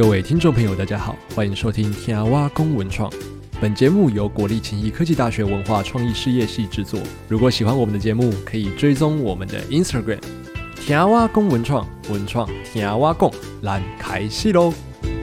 各位听众朋友大家好，欢迎收听听蛙公文创。本节目由国立勤益科技大学文化创意事业系制作。如果喜欢我们的节目，可以追踪我们的 Instagram 听蛙公文创，文创听蛙公，咱开始咯。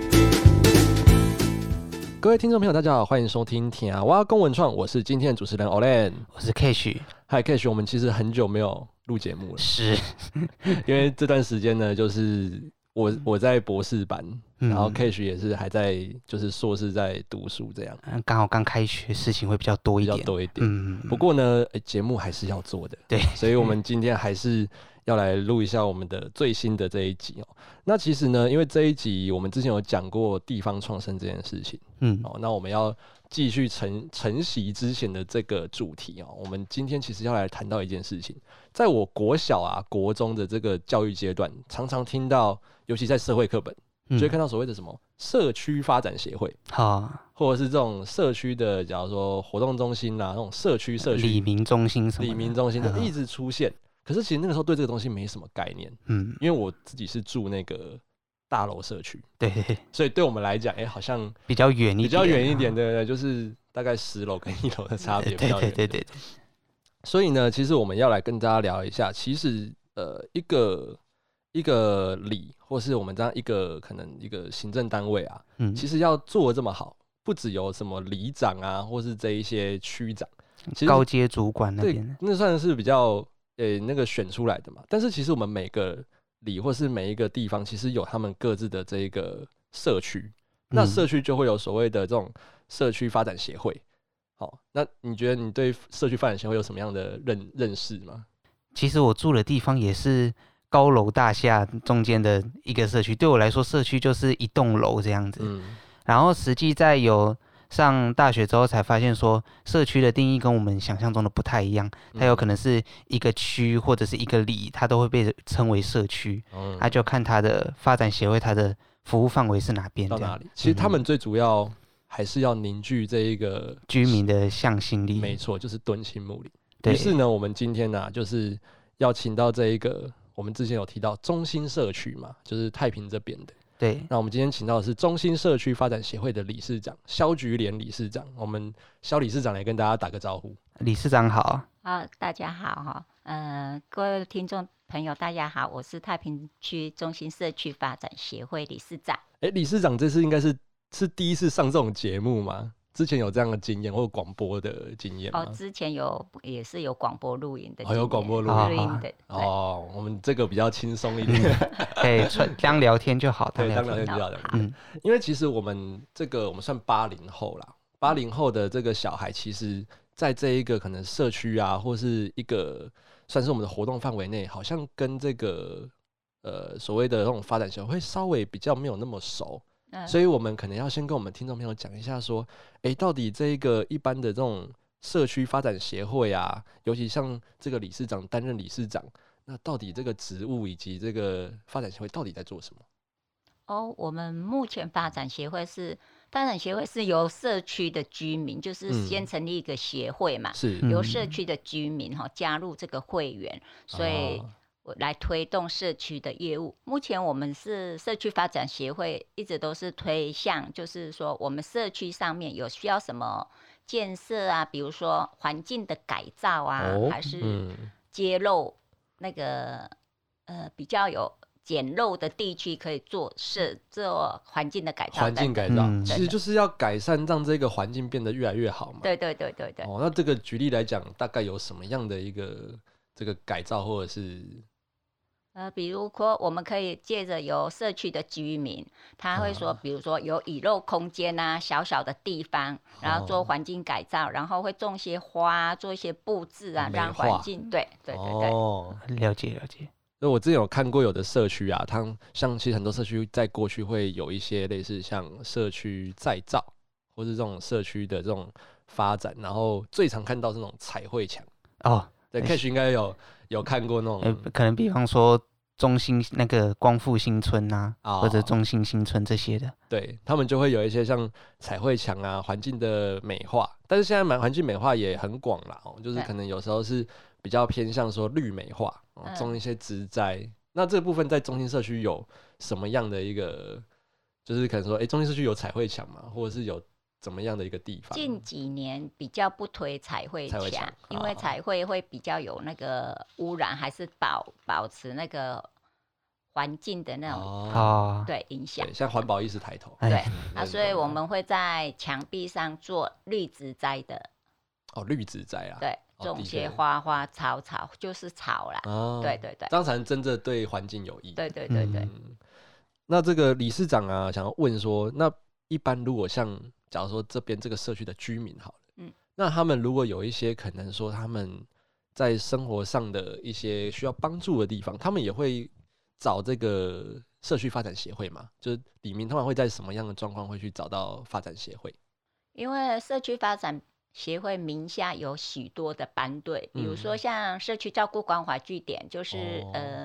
各位听众朋友大家好，欢迎收听听蛙公文创，我是今天的主持人 Olen， 我是 Cash。 嗨 Cash， 我们其实很久没有录节目了， 是因为这段时间呢，就是我在博士班，然后 Cash 也是还在就是硕士在读书这样， 刚好刚开学，事情会比较多一点， 不过呢，节目还是要做的， 对， 所以我们今天还是要来录一下我们的最新的这一集哦。那其实呢，因为这一集我们之前有讲过地方创生这件事情，那我们要继续承袭之前的这个主题哦。我们今天其实要来谈到一件事情，在我国小啊、国中的这个教育阶段，常常听到，尤其在社会课本，就会看到所谓的什么社区发展协会，或者是这种社区的，假如说活动中心啦、那种社区里民中心什么的， 里民中心就一直出现。可是其实那个时候对这个东西没什么概念，因为我自己是住那个大楼社区， 对， 所以对我们来讲，好像比较远一点， 对，就是大概10楼跟1楼的差别比较远， 对。 所以呢，其实我们要来跟大家聊一下，其实一个里，或是我们这样可能一个行政单位啊，其实要做这么好，不只有什么里长啊，或是这一些区长，其实高阶主管那边， 对，那算是比较那个选出来的嘛。但是其实我们每个里或是每一个地方，其实有他们各自的这个社区，那社区就会有所谓的这种社区发展协会。好，那你觉得你对社区发展协会有什么样的认识吗？ 其实我住的地方也是高楼大厦中间的一个社区，对我来说，社区就是一栋楼这样子。然后实际在有上大学之后，才发现说，社区的定义跟我们想象中的不太一样。它有可能是一个区或者是一个里，它都会被称为社区。它就看它的发展协会，它的服务范围是哪边到哪里。其实他们最主要还是要凝聚这一个居民的向心力。 没错，就是敦亲睦邻。于是呢，我们今天呢，就是要请到这一个，我们之前有提到中心社区嘛，就是太平这边的。 对， 那我们今天请到的是中心社区发展协会的理事长萧菊莲理事长，我们萧理事长来跟大家打个招呼。 理事长好。 大家好各位听众朋友大家好，我是太平区中心社区发展协会理事长。 理事长这次应该是第一次上这种节目吗？之前有这样的经验或广播的经验吗？ 之前也是有广播录音的经验。 有广播录音的我们这个比较轻松一点， 当聊天就好， 当聊天就好。因为其实我们算80后啦，80后的这个小孩，其实在这一个可能社区啊，或是一个算是我们的活动范围内，好像跟这个所谓的那种发展协会稍微比较没有那么熟。所以我们可能要先跟我们听众朋友讲一下说，到底这一个一般的这种社区发展协会啊，尤其像这个理事长担任理事长，那到底这个职务以及这个发展协会到底在做什么？ 我们目前发展协会是由社区的居民，就是先成立一个协会嘛，由社区的居民加入这个会员，所以来推动社区的业务。目前我们是社区发展协会，一直都是推向，就是说我们社区上面有需要什么建设啊，比如说环境的改造啊，还是揭露那个比较有简陋的地区可以做环境的改造。 环境改造，其实就是要改善，让这个环境变得越来越好嘛。 对。 那这个举例来讲，大概有什么样的一个这个改造，或者是？ 比如说我们可以借着由社区的居民，他会说，比如说有雨漏空间啊，小小的地方，然后做环境改造，然后会种些花，做一些布置啊，让环境对。 了解。 所以我之前有看过有的社区啊，像其实很多社区在过去会有一些类似像社区再造，或是这种社区的这种发展，然后最常看到这种彩绘墙。对 ，Cash 应该有看过那种， 可能比方说中心那个光复新村啊，或者中心新村这些的， 对，他们就会有一些像彩绘墙啊，环境的美化。但是现在环境美化也很广啦，就是可能有时候是比较偏向说绿美化，种一些植栽。那这部分在中心社区有什么样的一个就是可能说，中心社区有彩绘墙嘛，或者是有怎么样的一个地方？ 近几年比较不推彩绘墙，因为彩绘会比较有那个污染，还是保持那个环境的那种对影响。 对，像环保意识抬头。 对所以我们会在墙壁上做绿植栽的。 绿植栽啊。 对，种些花花草草，就是草啦。对对对， 这样才能真正对环境有益。 对对对对。 那这个理事长啊，想要问说，那一般如果像假如说这边这个社区的居民好了，那他们如果有一些可能说他们在生活上的一些需要帮助的地方，他们也会找这个社区发展协会嘛？就是里面通常会在什么样的状况会去找到发展协会？ 因为社区发展协会名下有许多的班队，比如说像社区照顾关怀据点，就是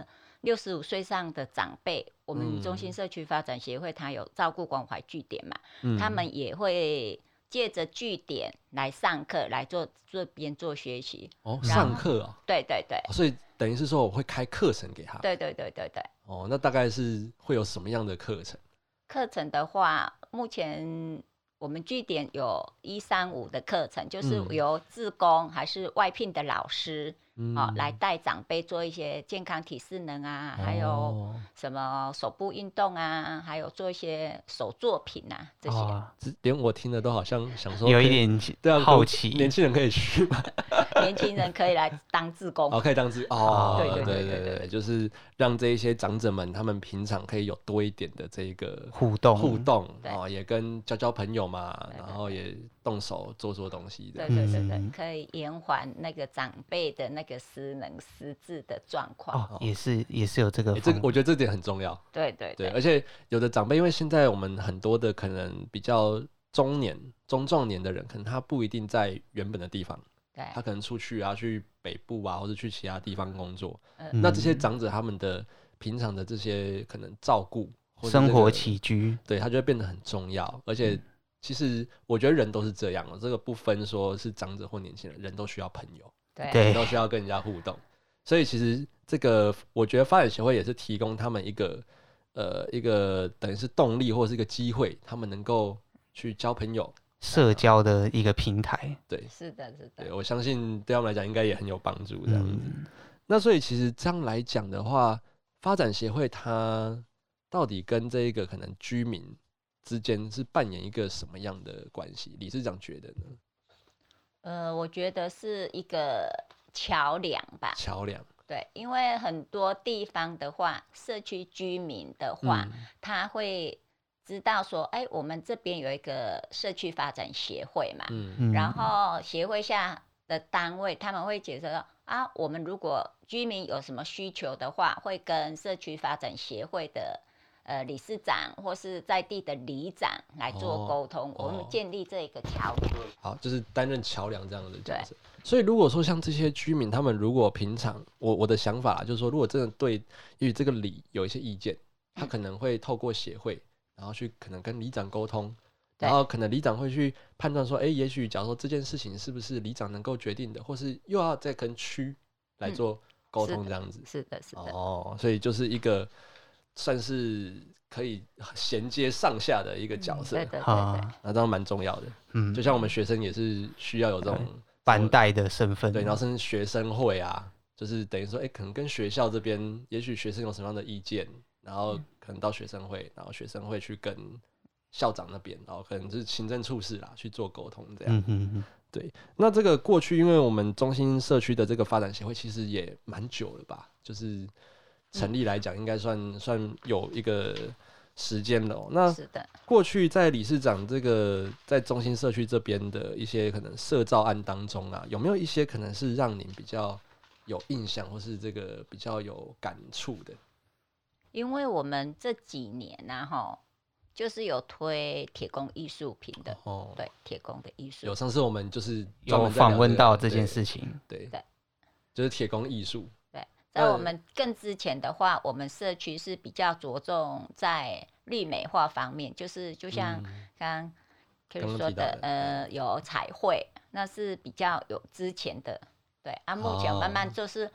65岁上的长辈，我们中心社区发展协会它有照顾关怀据点嘛，他们也会借着据点来上课，来这边做学习。 上课啊？ 对对对。 所以等于是说我会开课程给他。 对对对对对。 那大概是会有什么样的课程？ 课程的话，目前我们据点有135的课程，就是由志工还是外聘的老师来带长辈做一些健康体适能啊，还有什么手部运动啊，还有做一些手作品啊这些。 连我听了都好像想说有一点好奇， 年轻人可以去吗？ 年轻人可以来当志工。 可以当志对对对对，就是让这一些长者们他们平常可以有多一点的这个互动也跟交朋友嘛，然后也动手做东西的。 对对对对，可以延缓那个长辈的那个失能失智的状况。 也是有这个我觉得这点很重要。 对对对， 而且有的长辈，因为现在我们很多的可能比较中壮年的人，可能他不一定在原本的地方，他可能出去啊，去北部啊，或者去其他地方工作。那这些长者他们的平常的这些可能照顾、 生活起居， 对他就会变得很重要。而且其实我觉得人都是这样，这个不分说是长者或年轻人，人都需要朋友，人都需要跟人家互动。所以其实这个我觉得发展协会也是提供他们一个等于是动力或是一个机会，他们能够去交朋友、 社交的一个平台。 对， 是的，是的。 对，我相信对他们来讲应该也很有帮助这样子。那所以其实这样来讲的话，发展协会它到底跟这一个可能居民之间是扮演一个什么样的关系？理事长觉得呢？我觉得是一个桥梁吧。 桥梁。 对，因为很多地方的话，社区居民的话，他会知道说，我们这边有一个社区发展协会嘛，然后协会下的单位他们会觉得我们如果居民有什么需求的话，会跟社区发展协会的理事长或是在地的里长来做沟通，我们建立这个桥梁。 好，就是担任桥梁这样的角色。所以如果说像这些居民，他们如果平常我的想法就是说，如果真的对于这个里有一些意见，他可能会透过协会，然后去可能跟里长沟通，然后可能里长会去判断说，也许假如说这件事情是不是里长能够决定的，或是又要再跟区来做沟通这样子。 是的，是的。 所以就是一个算是可以衔接上下的一个角色。 对对对， 那当然蛮重要的。就像我们学生也是需要有这种班带的身份， 对，然后甚至学生会啊，就是等于说，可能跟学校这边，也许学生有什么样的意见，然后可能到学生会，然后学生会去跟校长那边，然后可能是行政处室啦去做沟通这样。对，那这个过去，因为我们中心社区的这个发展协会其实也蛮久了吧，就是成立来讲，应该算有一个时间了。那过去在理事长这个在中心社区这边的一些可能社造案当中啊，有没有一些可能是让您比较有印象，或是这个比较有感触的？ 因为我们这几年就是有推铁工艺术品的，对，铁工的艺术。 有上次我们就是有访问到这件事情， 对，就是铁工艺术。 对，在我们更之前的话，我们社区是比较着重在绿美化方面，就像刚刚说的，有彩绘，那是比较有之前的。对，目前慢慢就是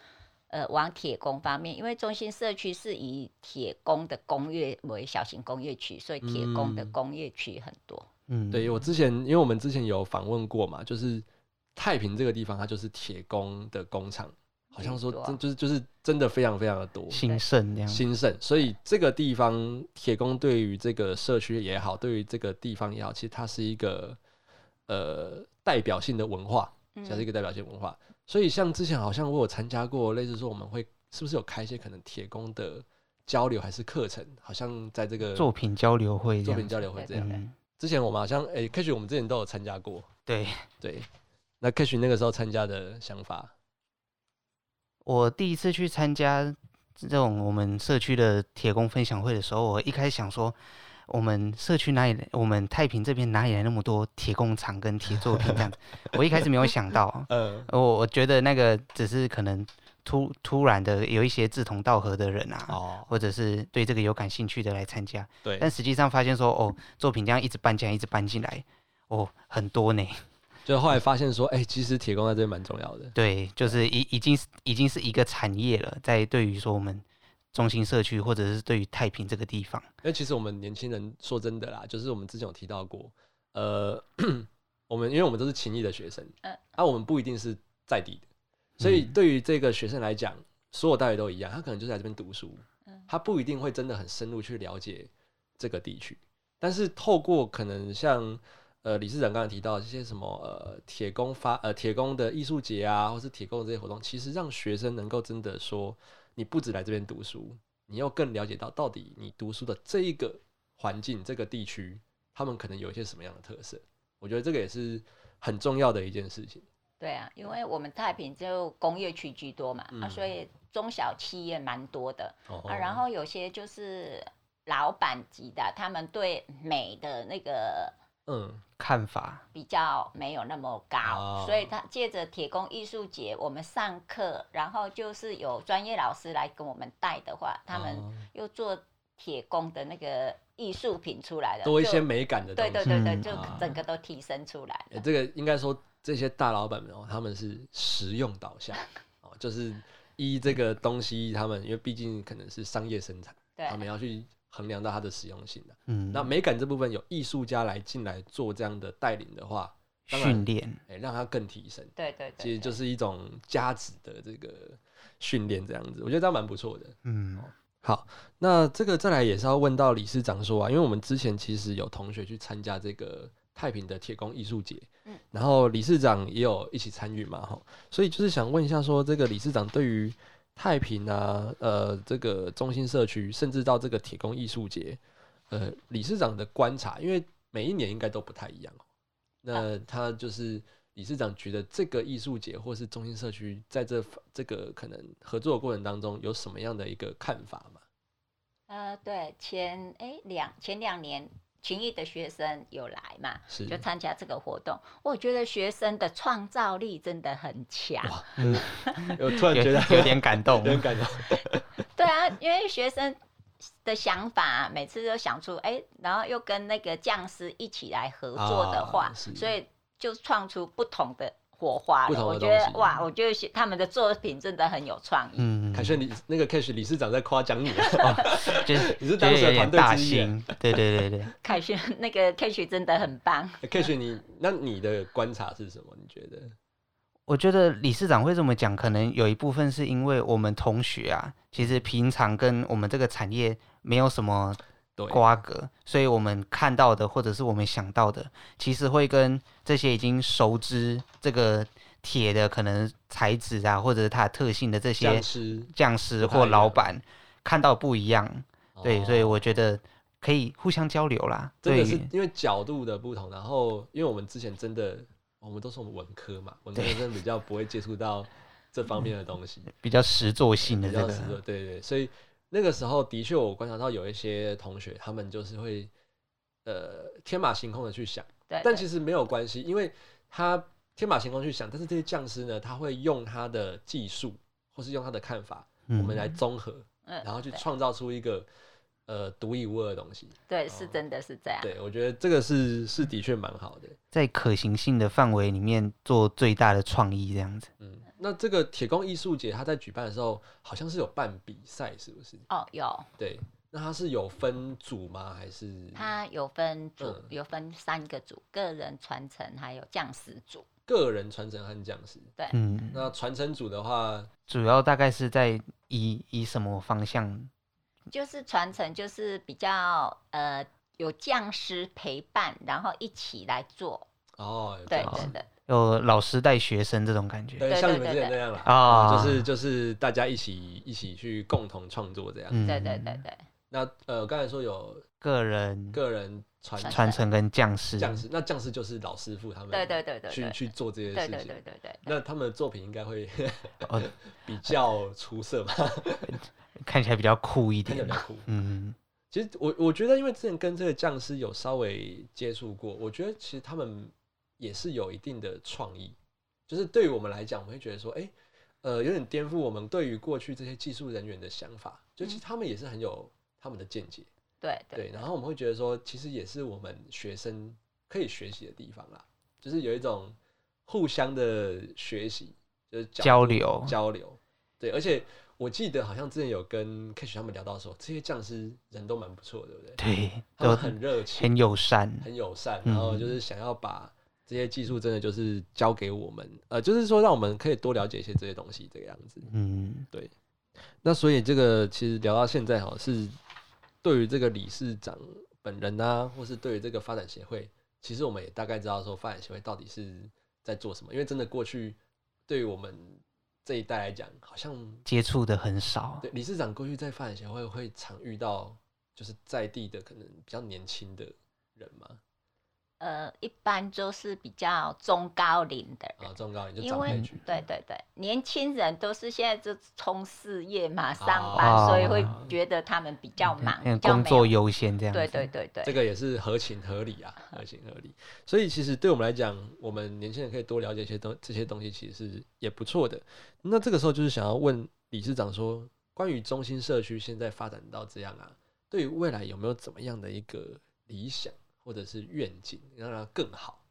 往铁工方面，因为中心社区是以铁工的工业为小型工业区，所以铁工的工业区很多。 对，因为我们之前有访问过嘛，就是太平这个地方，它就是铁工的工厂，好像说就是真的非常非常的多， 兴盛这样， 兴盛。所以这个地方铁工对于这个社区也好，对于这个地方也好，其实它是一个代表性的文化，它是一个代表性文化。所以像之前好像我有参加过，类似说我们会是不是有开一些可能铁工的交流还是课程，好像在这个作品交流会这样。之前我们好像Cash 我们之前都有参加过。 对， 那 Cash 那个时候参加的想法？ 我第一次去参加这种我们社区的铁工分享会的时候，我一开始想说，我们社区我们太平这边哪里来那么多铁工厂跟铁作品这样子？我一开始没有想到，我觉得那个只是可能突然的有一些志同道合的人啊，或者是对这个有感兴趣的来参加。 对， 但实际上发现说，作品这样一直搬进来，很多呢。 就后来发现说，其实铁工在这边蛮重要的。 对，就是已经是一个产业了，在对于说我们中心社区或者是对于太平这个地方。 因为其实我们年轻人说真的啦，就是我们之前有提到过，因为我们都是勤益的学生，我们不一定是在地的，所以对于这个学生来讲，所有大学都一样，他可能就是在这边读书，他不一定会真的很深入去了解这个地区。但是透过可能像理事长刚才提到这些什么铁工的艺术节啊，或是铁工的这些活动，其实让学生能够真的说，你不只来这边读书，你要更了解到底你读书的这一个环境、这个地区，他们可能有一些什么样的特色。我觉得这个也是很重要的一件事情。 对啊，因为我们太平就工业区居多嘛，所以中小企业蛮多的，然后有些就是老板级的，他们对美的那个看法比较没有那么高，所以他借着铁工艺术节，我们上课，然后就是有专业老师来跟我们带的话，他们又做铁工的那个艺术品出来了， 多一些美感的东西。 对，就整个都提升出来了。 这个应该说这些大老板们他们是实用导向就是依这个东西，他们因为毕竟可能是商业生产，他们要去衡量到它的实用性的。那美感这部分有艺术家进来做这样的带领的话， 训练， 让它更提升。 对， 其实就是一种加值的这个训练，这样子，我觉得这样蛮不错的。好，那这个再来也是要问到理事长说因为我们之前其实有同学去参加这个太平的铁工艺术节，然后理事长也有一起参与嘛，所以就是想问一下说，这个理事长对于太平啊，这个中心社区，甚至到这个铁工艺术节，理事长的观察，因为每一年应该都不太一样那他就是理事长觉得这个艺术节或是中心社区在这个可能合作的过程当中有什么样的一个看法吗？ 对，前2年勤益的学生有来嘛，就参加这个活动。我觉得学生的创造力真的很强， 我突然觉得有点感动，有点感动。 对啊，因为学生的想法每次都想出然后又跟那个匠师一起来合作的话，所以就创出不同的火花了。我觉得我觉得他们的作品真的很有创意。 凯旋那个 Cash 理事长在夸奖你你是当时的团队之一。 对， 凯旋那个 Cash 真的很棒。 Cash 你的观察是什么？你觉得？ 我觉得理事长会这么讲，可能有一部分是因为我们同学其实平常跟我们这个产业没有什么瓜葛，所以我们看到的或者是我们想到的，其实会跟这些已经熟知这个铁的可能材质或者是它的特性的这些匠师或老板看到不一样。对，所以我觉得可以互相交流啦。 真的是因为角度的不同，然后因为我们之前真的。我们都是文科嘛，文科真的比较不会接触到这方面的东西， 比较实作性的这个，对，所以那个时候的确我观察到有一些同学，他们就是会天马行空的去想，但其实没有关系，因为他天马行空去想，但是这些匠师呢，他会用他的技术或是用他的看法，我们来综合，然后去创造出一个独一无二的东西。 对，是真的是这样。 对，我觉得这个是的确蛮好的， 在可行性的范围里面做最大的创意这样子。 那这个铁工艺术节它在举办的时候，好像是有办比赛，是不是？ 有。 对，那它是有分组吗？还是？ 它有分组，有分3个组：个人传承，还有匠师组。 个人传承和匠师。 对， 那传承组的话， 主要大概是在以什么方向？ 就是传承，就是比较有匠师陪伴，然后一起来做。对。 有老师带学生这种感觉， 对，像你们之前那样啦，就是大家一起去共同创作这样。 对。 那刚才说有个人传承跟匠师， 那匠师就是老师傅他们去做这些事情。 对。 那他们的作品应该会比较出色嘛？ 看起来比较酷一点， 看起来比较酷。其实我觉得，因为之前跟这个匠师有稍微接触过，我觉得其实他们也是有一定的创意，就是对于我们来讲，我们会觉得说，有点颠覆我们对于过去这些技术人员的想法，就其实他们也是很有他们的见解。对，然后我们会觉得说，其实也是我们学生可以学习的地方啦，就是有一种互相的学习，就是交流。 对，而且我记得好像之前有跟 Cash 他们聊到说，这些匠师人都蛮不错，对不对？ 对， 他们很热情， 很友善， 然后就是想要把这些技术真的就是交给我们，就是说让我们可以多了解一些这些东西，这个样子。对。那所以这个其实聊到现在是对于这个理事长本人啊，或是对于这个发展协会，其实我们也大概知道说发展协会到底是在做什么，因为真的过去对于我们这一代来讲，好像接触的很少。 对，理事长过去在发展协会会常遇到就是在地的可能比较年轻的人嘛。 一般就是比较中高龄的人， 中高龄就长辈区。 对，年轻人都是现在就冲事业嘛，上班，所以会觉得他们比较忙， 工作优先这样子。 对， 这个也是合情合理啊，合情合理。所以其实对我们来讲，我们年轻人可以多了解这些东西，其实是也不错的。那这个时候就是想要问理事长说，关于中心社区现在发展到这样啊，对于未来有没有怎么样的一个理想？或者是愿景，让它更好。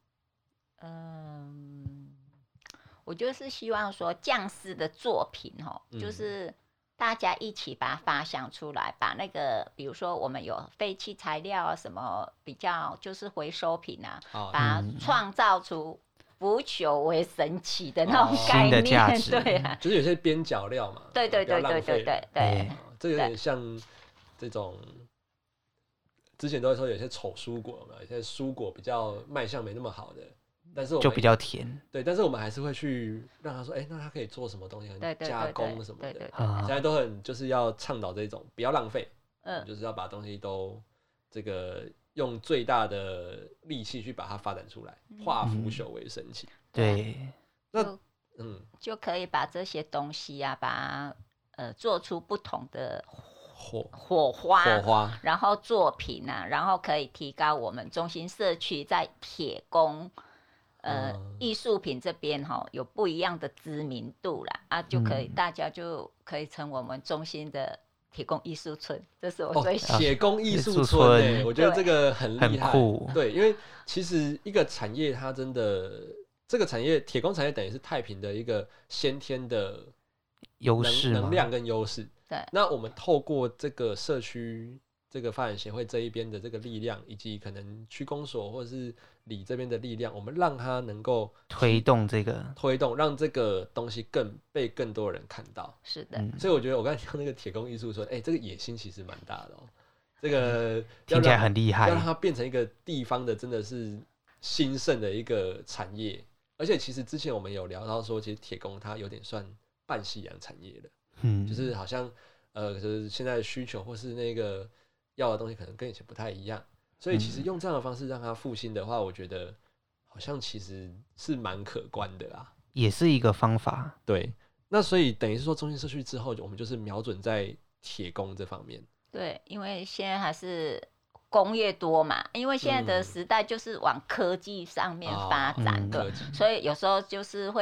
我就是希望说匠师的作品就是大家一起把它发想出来，把那个比如说我们有废弃材料啊，什么比较就是回收品啊，把它创造出腐朽为神奇的那种概念，对啊， 就是有些边角料嘛， 对，这有点像这种。之前都会说有些丑蔬果嘛，有些蔬果比较卖相没那么好的，但是我们就比较甜。 对，但是我们还是会去让他说，那他可以做什么东西，加工什么的。现在都很就是要倡导这种不要浪费，就是要把东西都这个用最大的力气去把它发展出来，化腐朽为神奇。 对， 那就可以把这些东西啊，把它做出不同的。火花，然后作品啊，然后可以提高我们中心社区在铁工艺术品这边有不一样的知名度啦，就可以大家就可以成我们中心的铁工艺术村，这是我最喜欢。 铁工艺术村我觉得这个很厉害， 很酷。 对，因为其实一个产业它真的这个产业铁工产业等于是太平的一个先天的优势能量跟优势。 对， 那我们透过这个社区这个发展协会这一边的这个力量，以及可能区公所或者是里这边的力量，我们让它能够推动， 让这个东西被更多人看到。 是的， 所以我觉得我刚才听那个铁工艺术说，这个野心其实蛮大的这个听起来很厉害， 要让它变成一个地方的真的是兴盛的一个产业。而且其实之前我们有聊到说，其实铁工它有点算半夕阳产业了。就是好像就是现在的需求或是那个要的东西可能跟以前不太一样，所以其实用这样的方式让它复兴的话，我觉得好像其实是蛮可观的啦， 也是一个方法。 对，那所以等于是说中心社区之后，我们就是瞄准在铁工这方面。 对，因为现在还是工业多嘛，因为现在的时代就是往科技上面发展的，所以有时候就是会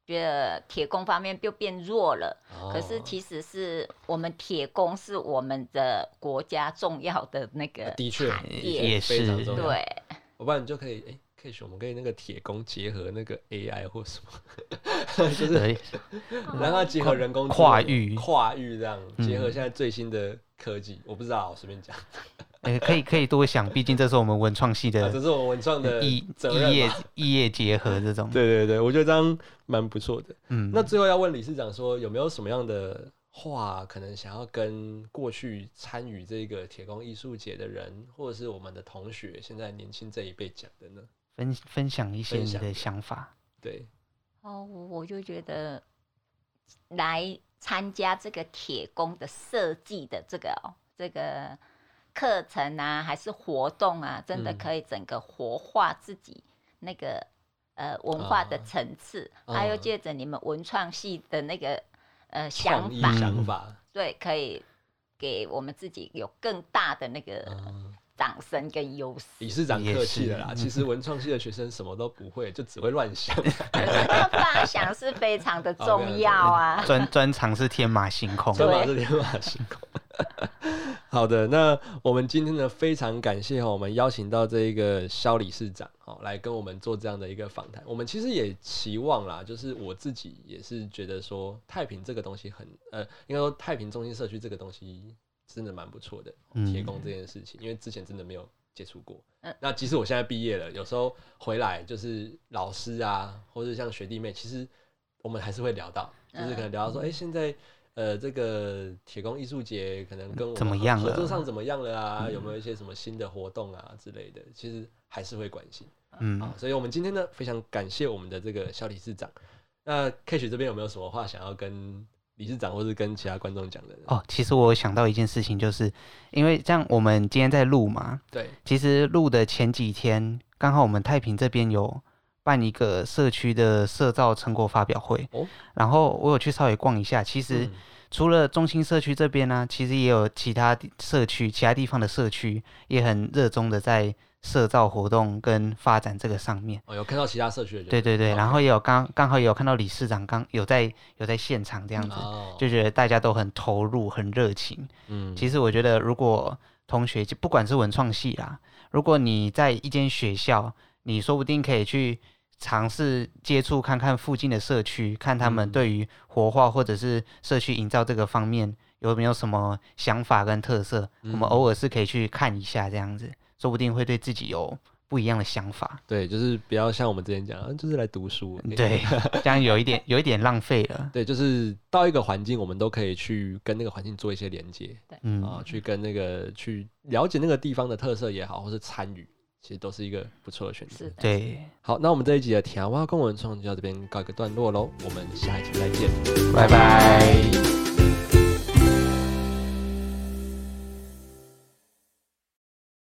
觉得铁工方面就变弱了。可是其实是我们铁工是我们的国家重要的那个的确也是非常重要。 对， 我不然你就可以我们可以那个铁工结合那个 AI 或什么，就是让它结合人工跨域这样，结合现在最新的科技。我不知道，我随便讲。 可以多想，毕竟这是我们文创系的， 这是我们文创的异业结合这种。 对，我觉得这样蛮不错的。那最后要问理事长说，有没有什么样的话，可能想要跟过去参与这个铁工艺术节的人，或者是我们的同学，现在年轻这一辈讲的呢？ 分享一些你的想法。 对。 我就觉得来参加这个铁工的设计的这个课程啊，还是活动啊，真的可以整个活化自己那个文化的层次，还有借着你们文创系的那个想法，对，可以给我们自己有更大的那个掌声跟优势。 理事长客气了啦，其实文创系的学生什么都不会，就只会乱想。 发想是非常的重要啊， 专长是天马行空， 专长是天马行空。好的，那我们今天呢非常感谢我们邀请到这一个萧理事长来跟我们做这样的一个访谈。我们其实也期望啦，就是我自己也是觉得说太平这个东西很应该说太平中心社区这个东西真的蛮不错的，铁工这件事情，因为之前真的没有接触过。那即使我现在毕业了，有时候回来就是老师啊，或者像学弟妹，其实我们还是会聊到，就是可能聊到说，现在这个铁工艺术节可能跟我们合作上怎么样了啊？有没有一些什么新的活动啊之类的？其实还是会关心。所以我们今天呢非常感谢我们的这个萧理事长。那 Cash 这边有没有什么话想要跟理事长或是跟其他观众讲的呢？ 其实我想到一件事情，就是因为这样我们今天在录嘛， 对， 其实录的前几天刚好我们太平这边有办一个社区的社造成果发表会，然后我有去稍微逛一下，其实除了中心社区这边呢，其实也有其他社区、其他地方的社区也很热衷的在社造活动跟发展这个上面。 有看到其他社区的人， 对，然后也有刚好也有看到理事长有在现场这样子，就觉得大家都很投入、很热情。其实我觉得如果同学就不管是文创系啦，如果你在一间学校，你说不定可以去尝试接触看看附近的社区，看他们对于活化或者是社区营造这个方面有没有什么想法跟特色，我们偶尔是可以去看一下这样子，说不定会对自己有不一样的想法。 对，就是不要像我们之前讲，就是来读书。 对，这样有一点浪费了。 对，就是到一个环境，我们都可以去跟那个环境做一些连接，去跟那个去了解那个地方的特色也好，或是参与。其实都是一个不错的选择。 对， 好，那我们这一集的甜蛙公文创就到这边告一个段落喽，我们下一集再见， 拜拜。